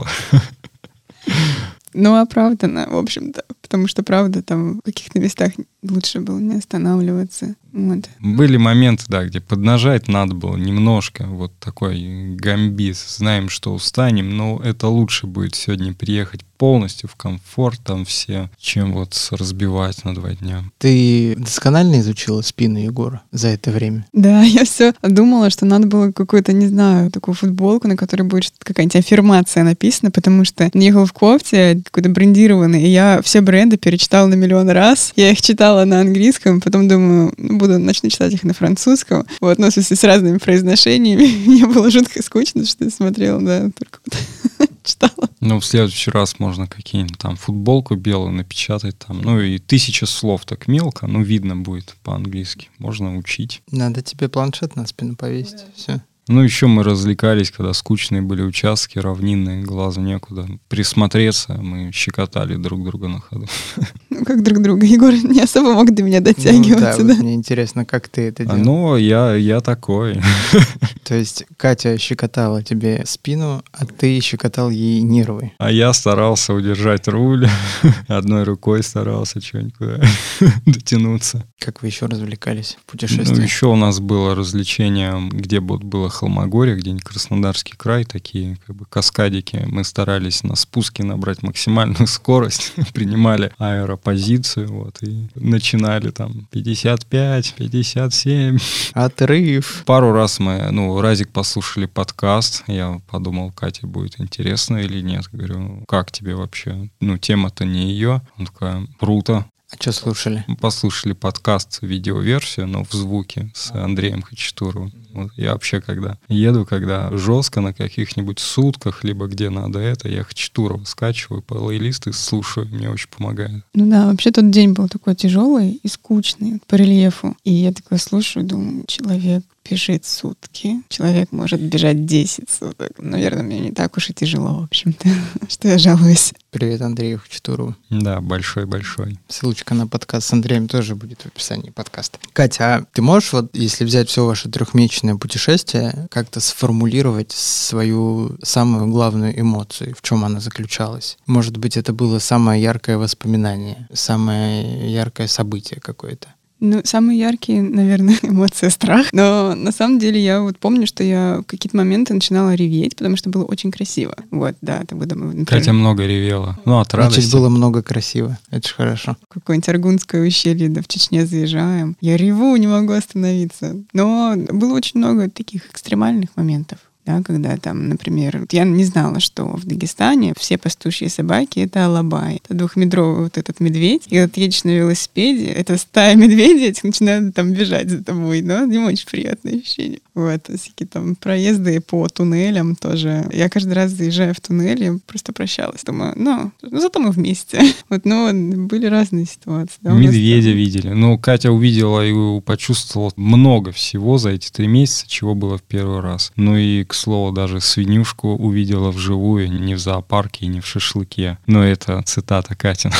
Ну, оправданно, в общем-то. Потому что, правда, там в каких-то местах лучше было не останавливаться. Вот. Были моменты, да, где поднажать надо было немножко. Вот такой гамбит. Знаем, что устанем, но это лучше будет сегодня приехать полностью в комфорт там все, чем вот разбивать на два дня. Ты досконально изучила спину Егора за это время? Да, я все думала, что надо было какую-то, не знаю, такую футболку, на которой будет какая-нибудь аффирмация написана, потому что он ехал в кофте какой-то брендированный, и я все бренды перечитала на миллион раз. Я их читала на английском, потом думаю, буду, начну читать их на французском. Вот, ну, в смысле, с разными произношениями. Мне было жутко скучно, что я смотрела, да, только читала. Ну, в следующий раз можно какие-нибудь там футболку белую напечатать там, ну и тысяча слов так мелко, ну видно будет по-английски, можно учить. Надо тебе планшет на спину повесить, все. Ну, еще мы развлекались, когда скучные были участки, равнинные, глазу некуда. Присмотреться, мы щекотали друг друга на ходу. Ну, как друг друга. Егор не особо мог до меня дотягиваться, ну, да? да? Вот мне интересно, как ты это делал. Ну, я, я такой. То есть Катя щекотала тебе спину, а ты щекотал ей нервы. А я старался удержать руль, одной рукой старался что-нибудь дотянуться. Как вы еще развлекались в путешествии? Ну, еще у нас было развлечение, где было Холмогорье, где-нибудь Краснодарский край, такие как бы каскадики. Мы старались на спуске набрать максимальную скорость, принимали аэропозицию, вот, и начинали там пятьдесят пять, пятьдесят семь. Отрыв. Пару раз мы, ну, разик послушали подкаст, я подумал, Кате будет интересно или нет. Говорю, как тебе вообще? Ну, тема-то не ее. Он такая, круто. А что слушали? Мы послушали подкаст, видеоверсию, но в звуке с Андреем Хачатуровым. Вот я вообще когда еду, когда жестко на каких-нибудь сутках, либо где надо это, я Хачатурова скачиваю, плейлист и слушаю, мне очень помогает. Ну да, вообще тот день был такой тяжелый и скучный по рельефу. И я такой слушаю, думаю, человек бежит сутки. Человек может бежать десять суток. Наверное, мне не так уж и тяжело, в общем-то, что я жалуюсь. Привет Андрею Хачатурову. Да, большой-большой. Ссылочка на подкаст с Андреем тоже будет в описании подкаста. Катя, а ты можешь, вот, если взять все ваше трехмесячное путешествие, как-то сформулировать свою самую главную эмоцию? В чем она заключалась? Может быть, это было самое яркое воспоминание, самое яркое событие какое-то? Ну, самые яркие, наверное, эмоции — страх. Но на самом деле я вот помню, что я в какие-то моменты начинала реветь, потому что было очень красиво. Вот, да, это было... Например, Катя много ревела. Ну, от радости. Значит, было много красиво. Это же хорошо. Какое-нибудь Аргунское ущелье, да, в Чечне заезжаем. Я реву, не могу остановиться. Но было очень много таких экстремальных моментов. Да, когда там, например, я не знала, что в Дагестане все пастушьи собаки — это алабай. Это двухметровый вот этот медведь. И вот едешь на велосипеде, это стая медведей, эти начинают там бежать за тобой. Но не очень приятное ощущение. Вот, всякие там проезды по туннелям тоже. Я каждый раз, заезжая в туннель, я просто прощалась. Думаю, ну, ну зато мы вместе. Вот, но были разные ситуации. Да, медведя видели. Ну, Катя увидела и почувствовала много всего за эти три месяца, чего было в первый раз. Ну и, к слову, даже свинюшку увидела вживую, не в зоопарке и не в шашлыке. Но это цитата Катина.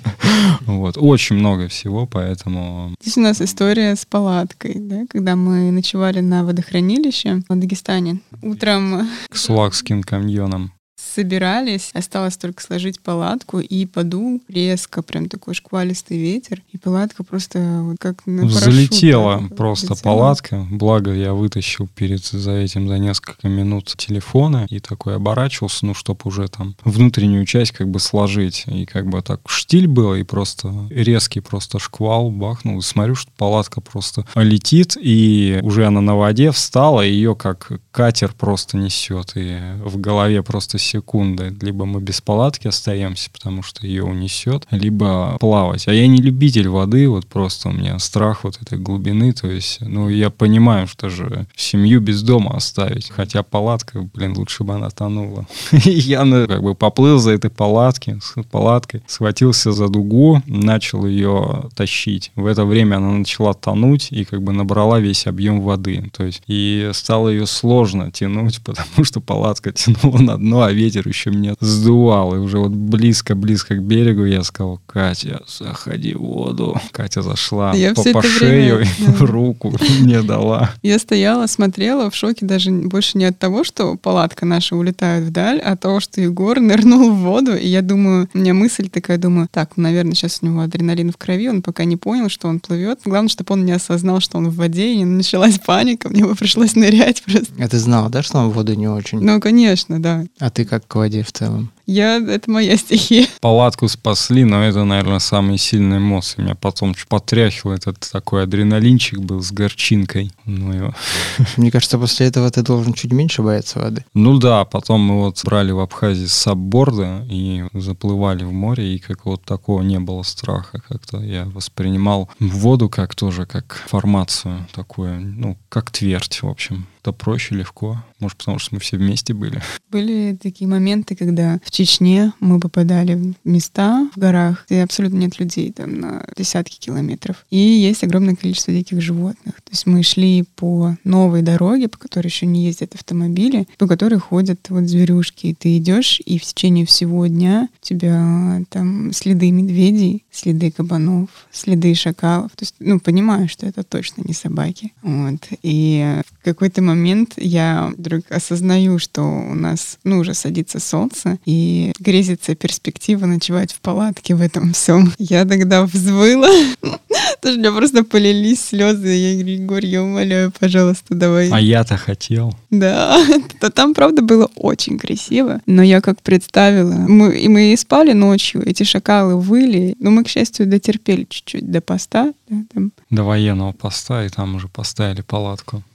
Вот. Очень много всего, поэтому... Здесь у нас история с палаткой, да, когда мы ночевали на водохранилище в Дагестане. Утром... К Сулакским каньонам. Собирались, осталось только сложить палатку, и подул резко прям такой шквалистый ветер, и палатка просто вот как на парашют. Залетела да, просто залетела. палатка. Благо я вытащил перед за этим за несколько минут телефона и такой оборачивался, ну, чтобы уже там внутреннюю часть как бы сложить. И как бы так штиль был, и просто резкий просто шквал бахнул. И смотрю, что палатка просто летит, и уже она на воде встала, и ее как катер просто несет, и в голове просто секунды. Либо мы без палатки остаемся, потому что ее унесет, либо плавать. А я не любитель воды, вот просто у меня страх вот этой глубины, то есть, ну, я понимаю, что же семью без дома оставить, хотя палатка, блин, лучше бы она тонула. И я, ну, как бы поплыл за этой палатки, с палаткой, схватился за дугу, начал ее тащить. В это время она начала тонуть и как бы набрала весь объем воды, то есть, и стало ее сложно тянуть, потому что палатка тянула на дно, а ветер еще меня сдувал. И уже вот близко-близко к берегу я сказал: Катя, заходи в воду. Катя зашла я по, по шею, время, да. руку мне дала. Я стояла, смотрела в шоке даже больше не от того, что палатка наша улетает вдаль, а от того, что Егор нырнул в воду. И я думаю, у меня мысль такая, думаю, так, ну, наверное, сейчас у него адреналин в крови, он пока не понял, что он плывет. Главное, чтобы он не осознал, что он в воде, и не началась паника, мне бы пришлось нырять просто. А ты знала, да, что он в воду не очень? Ну, конечно, да. А ты как к воде в целом? Я, это моя стихия. Палатку спасли, но это, наверное, самые сильные эмоции. Меня потом потряхивало, этот такой адреналинчик был с горчинкой. Ну, его. Мне кажется, после этого ты должен чуть меньше бояться воды. Ну да, потом мы вот брали в Абхазии сабборды и заплывали в море, и как вот такого не было страха. Как-то я воспринимал воду как тоже, как формацию такую, ну, как твердь, в общем. Это проще, легко. Может, потому что мы все вместе были. Были такие моменты, когда в Чечне мы попадали в места в горах, где абсолютно нет людей, там, на десятки километров. И есть огромное количество диких животных. То есть мы шли по новой дороге, по которой еще не ездят автомобили, по которой ходят вот зверюшки. И ты идешь, и в течение всего дня у тебя там следы медведей, следы кабанов, следы шакалов. То есть, ну, понимаешь, что это точно не собаки. Вот. И в какой-то момент я вдруг осознаю, что у нас, ну, уже садится солнце, и грезится перспектива ночевать в палатке в этом всем. Я тогда взвыла. Тоже у меня просто полились слезы. Я говорю: Егор, я умоляю, пожалуйста, давай. А я-то хотел. Да, то там, правда, было очень красиво. Но я как представила. Мы, и мы и спали ночью, эти шакалы выли. Но мы, к счастью, дотерпели чуть-чуть до поста. Да, там. До военного поста, и там уже поставили палатку.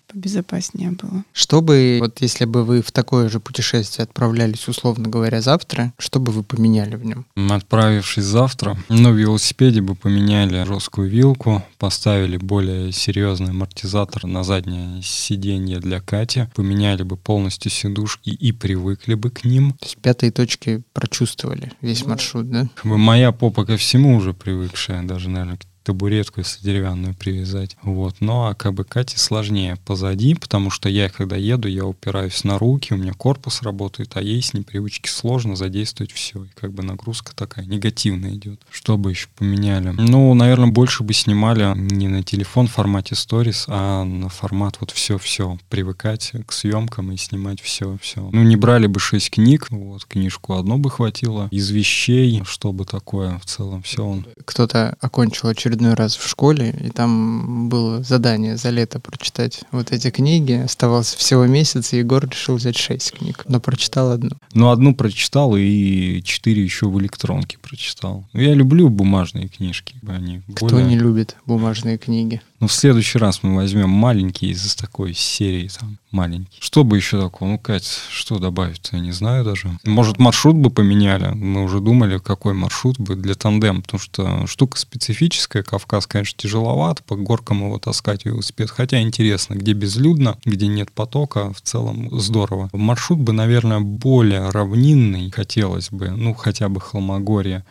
побезопаснее было. Что бы, вот если бы вы в такое же путешествие отправлялись, условно говоря, завтра, что бы вы поменяли в нем? Отправившись завтра, ну, в велосипеде бы поменяли жесткую вилку, поставили более серьезный амортизатор на заднее сиденье для Кати, поменяли бы полностью сидушки и привыкли бы к ним. То есть пятые точки прочувствовали весь маршрут, да? Как бы моя попа ко всему уже привыкшая, даже, наверное, к табуретку, если деревянную привязать. Вот. Ну, а как бы Кате сложнее позади, потому что я, когда еду, я упираюсь на руки, у меня корпус работает, а ей с непривычки сложно задействовать все. И как бы нагрузка такая негативная идет. Что бы еще поменяли? Ну, наверное, больше бы снимали не на телефон в формате сторис, а на формат вот все-все. Привыкать к съемкам и снимать все-все. Ну, не брали бы шесть книг, вот, книжку одну бы хватило. Из вещей, чтобы такое в целом все он. Кто-то окончил очередной раз в школе, и там было задание за лето прочитать вот эти книги. Оставался всего месяц, и Егор решил взять шесть книг, но прочитал одну. Ну, одну прочитал, и четыре еще в электронке прочитал. Я люблю бумажные книжки. Они Кто более... не любит бумажные книги? Ну, в следующий раз мы возьмем маленькие из такой серии, там, маленькие. Что бы еще такого? Ну, Кать, что добавить? Я не знаю даже. Может, маршрут бы поменяли? Мы уже думали, какой маршрут бы для тандема, потому что штука специфическая. Кавказ, конечно, тяжеловато, по горкам его таскать велосипед. Хотя интересно, где безлюдно, где нет потока, в целом здорово. Маршрут бы, наверное, более равнинный хотелось бы, ну, хотя бы Холмогорье.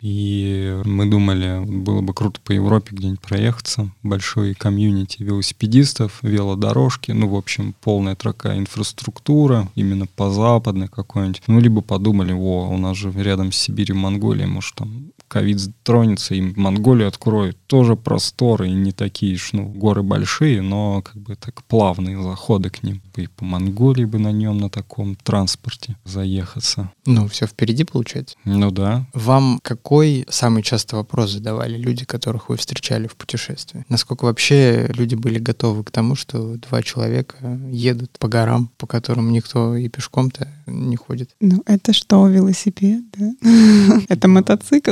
И мы думали, было бы круто по Европе где-нибудь проехаться. Большой комьюнити велосипедистов, велодорожки, ну, в общем, полная такая инфраструктура, именно по западной какой-нибудь. Ну, либо подумали, о, у нас же рядом с Сибирью Монголия, может, там ковид тронется, и Монголию откроют. Тоже просторы, и не такие ж, ну, горы большие, но как бы так плавные заходы к ним. И по Монголии бы на нем, на таком транспорте заехаться. Ну, все впереди, получается. Ну да. Вам какой самый часто вопрос задавали люди, которых вы встречали в путешествии? Насколько вообще люди были готовы к тому, что два человека едут по горам, по которым никто и пешком-то не ходит? Ну, это что, велосипед, да? Это мотоцикл?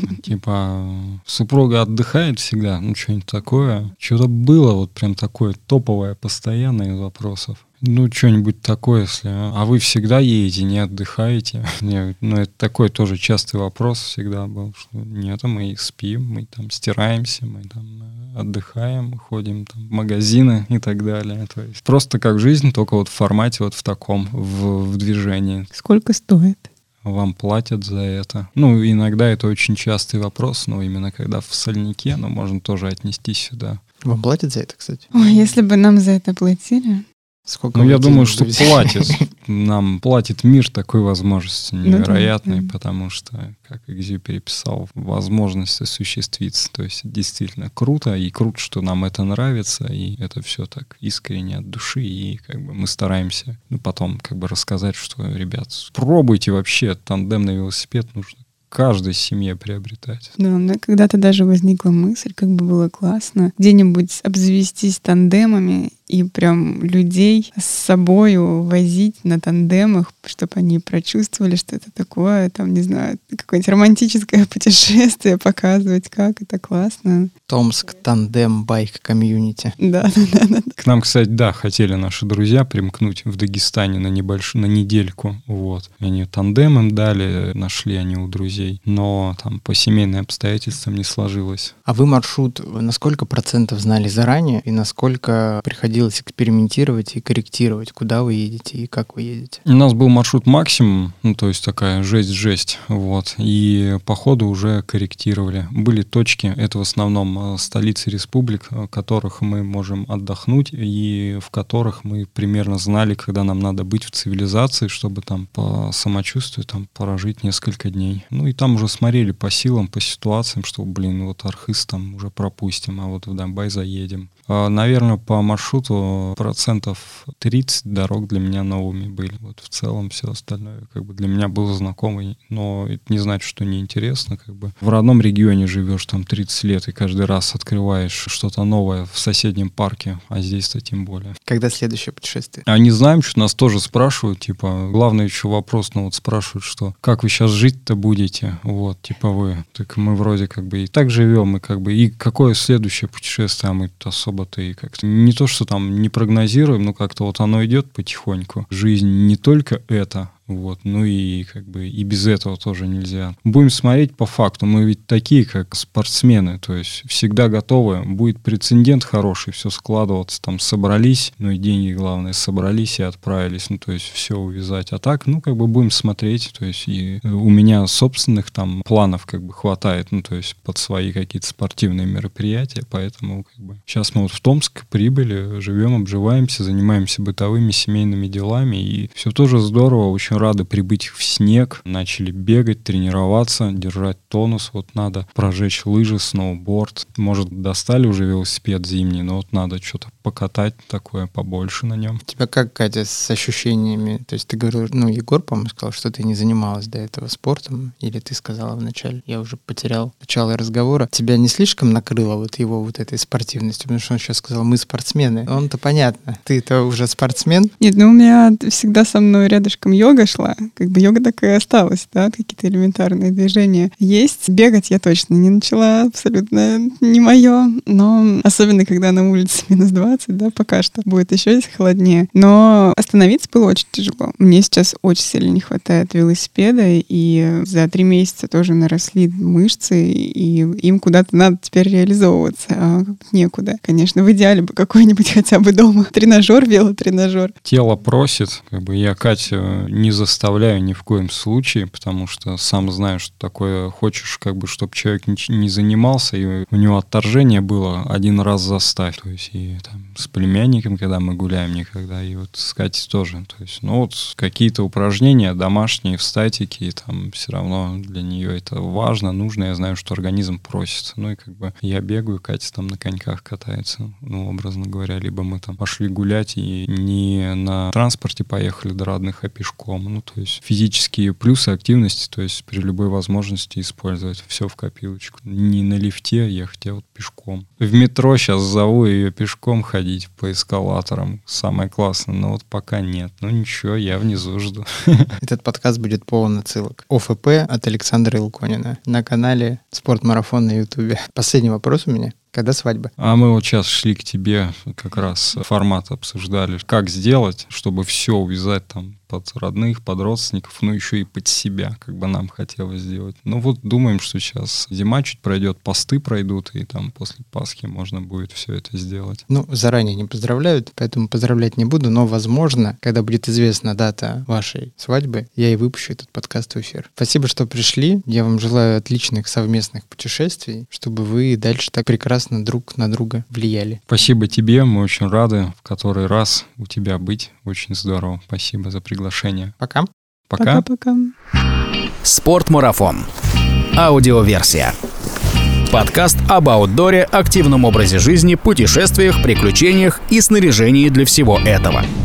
Типа, супруга отдыхает всегда, ну, что-нибудь такое. Что-то было вот прям такое топовое, постоянное из вопросов. Ну, что-нибудь такое, если... А вы всегда едете, не отдыхаете? Нет, ну, это такой тоже частый вопрос всегда был, что нет, мы спим, мы там стираемся, мы там отдыхаем, ходим там в магазины и так далее. То есть просто как жизнь, только вот в формате вот в таком, в, в движении. Сколько стоит? Вам платят за это. Ну, иногда это очень частый вопрос, но именно когда в сольнике, ну, можно тоже отнести сюда. Вам платят за это, кстати? Ой, если бы нам за это платили... Сколько ну, вы я думаю, денег что будете? платит. Нам платит мир такой возможности невероятной, да, да. потому что, как Экзюпери писал, возможность осуществиться. То есть действительно круто, и круто, что нам это нравится, и это все так искренне от души, и как бы мы стараемся ну, потом как бы рассказать, что, ребят, пробуйте вообще, тандемный велосипед нужно каждой семье приобретать. Да, у меня когда-то даже возникла мысль, как бы было классно где-нибудь обзавестись тандемами и прям людей с собою возить на тандемах, чтобы они прочувствовали, что это такое, там, не знаю, какое-нибудь романтическое путешествие, показывать, как это классно. Томск тандем байк комьюнити. Да, да, да, да. К нам, кстати, да, хотели наши друзья примкнуть в Дагестане на небольшую, на недельку, вот. Они тандем им дали, нашли они у друзей, но там по семейным обстоятельствам не сложилось. А вы маршрут на сколько процентов знали заранее и насколько приходилось экспериментировать и корректировать, куда вы едете и как вы едете? У нас был маршрут максимум, ну, то есть такая жесть-жесть, вот, и по ходу уже корректировали. Были точки, это в основном столицы республик, в которых мы можем отдохнуть и в которых мы примерно знали, когда нам надо быть в цивилизации, чтобы там по самочувствию там прожить несколько дней. Ну, и там уже смотрели по силам, по ситуациям, что, блин, вот Архыз там уже пропустим, а вот в Донбай заедем. А, наверное, по маршруту процентов тридцать дорог для меня новыми были. Вот в целом все остальное как бы для меня было знакомый, но это не значит, что неинтересно. Как бы. В родном регионе живешь там тридцать лет и каждый раз открываешь что-то новое в соседнем парке, а здесь-то тем более. Когда следующее путешествие? А не знаем, что нас тоже спрашивают, типа, главный еще вопрос, ну вот спрашивают, что как вы сейчас жить-то будете, вот, типа вы. Так мы вроде как бы и так живем, и как бы, и какое следующее путешествие, а мы особо-то и как-то не то, что там там не прогнозируем, но как-то вот оно идет потихоньку. Жизнь не только это, вот, ну и как бы и без этого тоже нельзя. Будем смотреть по факту. Мы ведь такие, как спортсмены, то есть всегда готовы. Будет прецедент хороший, все складываться, там собрались, ну и деньги, главное, собрались и отправились, ну то есть все увязать. А так, ну как бы будем смотреть, то есть и у меня собственных там планов как бы хватает, ну то есть под свои какие-то спортивные мероприятия, поэтому как бы сейчас мы вот в Томск прибыли, живем, обживаемся, занимаемся бытовыми семейными делами, и все тоже здорово, очень рады прибыть в снег, начали бегать, тренироваться, держать тонус, вот надо прожечь лыжи, сноуборд, может достали уже велосипед зимний, но вот надо что-то покатать такое побольше на нем. У тебя как, Катя, с ощущениями? То есть ты говорил, ну, Егор, по-моему, сказал, что ты не занималась до этого спортом, или ты сказала вначале, я уже потерял начало разговора. Тебя не слишком накрыло вот его вот этой спортивностью? Потому что он сейчас сказал, мы спортсмены. Он-то понятно. Ты-то уже спортсмен? Нет, ну у меня всегда со мной рядышком йога шла. Как бы йога так и осталась, да, какие-то элементарные движения есть. Бегать я точно не начала, абсолютно не мое. Но особенно, когда на улице минус двадцать, да, пока что будет еще холоднее. Но остановиться было очень тяжело. Мне сейчас очень сильно не хватает велосипеда, и за три месяца тоже наросли мышцы, и им куда-то надо теперь реализовываться, а некуда. Конечно, в идеале бы какой-нибудь хотя бы дома тренажер, велотренажер. Тело просит, как бы я Катю не заставляю ни в коем случае, потому что сам знаю, что такое хочешь, как бы, чтобы человек не, не занимался, и у него отторжение было, один раз заставь. То есть и там с племянником, когда мы гуляем никогда, и вот с Катей тоже. То есть, ну вот какие-то упражнения домашние в статике, и там все равно для нее это важно, нужно. Я знаю, что организм просит. Ну и как бы я бегаю, Катя там на коньках катается, ну, образно говоря, либо мы там пошли гулять и не на транспорте поехали до родных, а пешком. Ну, то есть физические плюсы активности, то есть при любой возможности использовать все в копилочку. Не на лифте ехать, а вот пешком. В метро сейчас зову ее пешком ходить по эскалаторам. Самое классное, но вот пока нет. Ну ничего, я внизу жду. Этот подкаст будет полон отсылок. ОФП от Александра Илконина на канале «Спортмарафон» на Ютубе. Последний вопрос у меня. Когда свадьба? А мы вот сейчас шли к тебе, как раз формат обсуждали, как сделать, чтобы все увязать там под родных, под родственников, ну еще и под себя, как бы нам хотелось сделать. Ну вот думаем, что сейчас зима чуть пройдет, посты пройдут, и там после Пасхи можно будет все это сделать. Ну, заранее не поздравляют, поэтому поздравлять не буду, но, возможно, когда будет известна дата вашей свадьбы, я и выпущу этот подкаст в эфир. Спасибо, что пришли. Я вам желаю отличных совместных путешествий, чтобы вы дальше так прекрасно друг на друга влияли. Спасибо тебе, мы очень рады в который раз у тебя быть. Очень здорово. Спасибо за приглашение. Пока. Пока. Пока-пока. Спортмарафон. Аудиоверсия. Подкаст об аутдоре, активном образе жизни, путешествиях, приключениях и снаряжении для всего этого.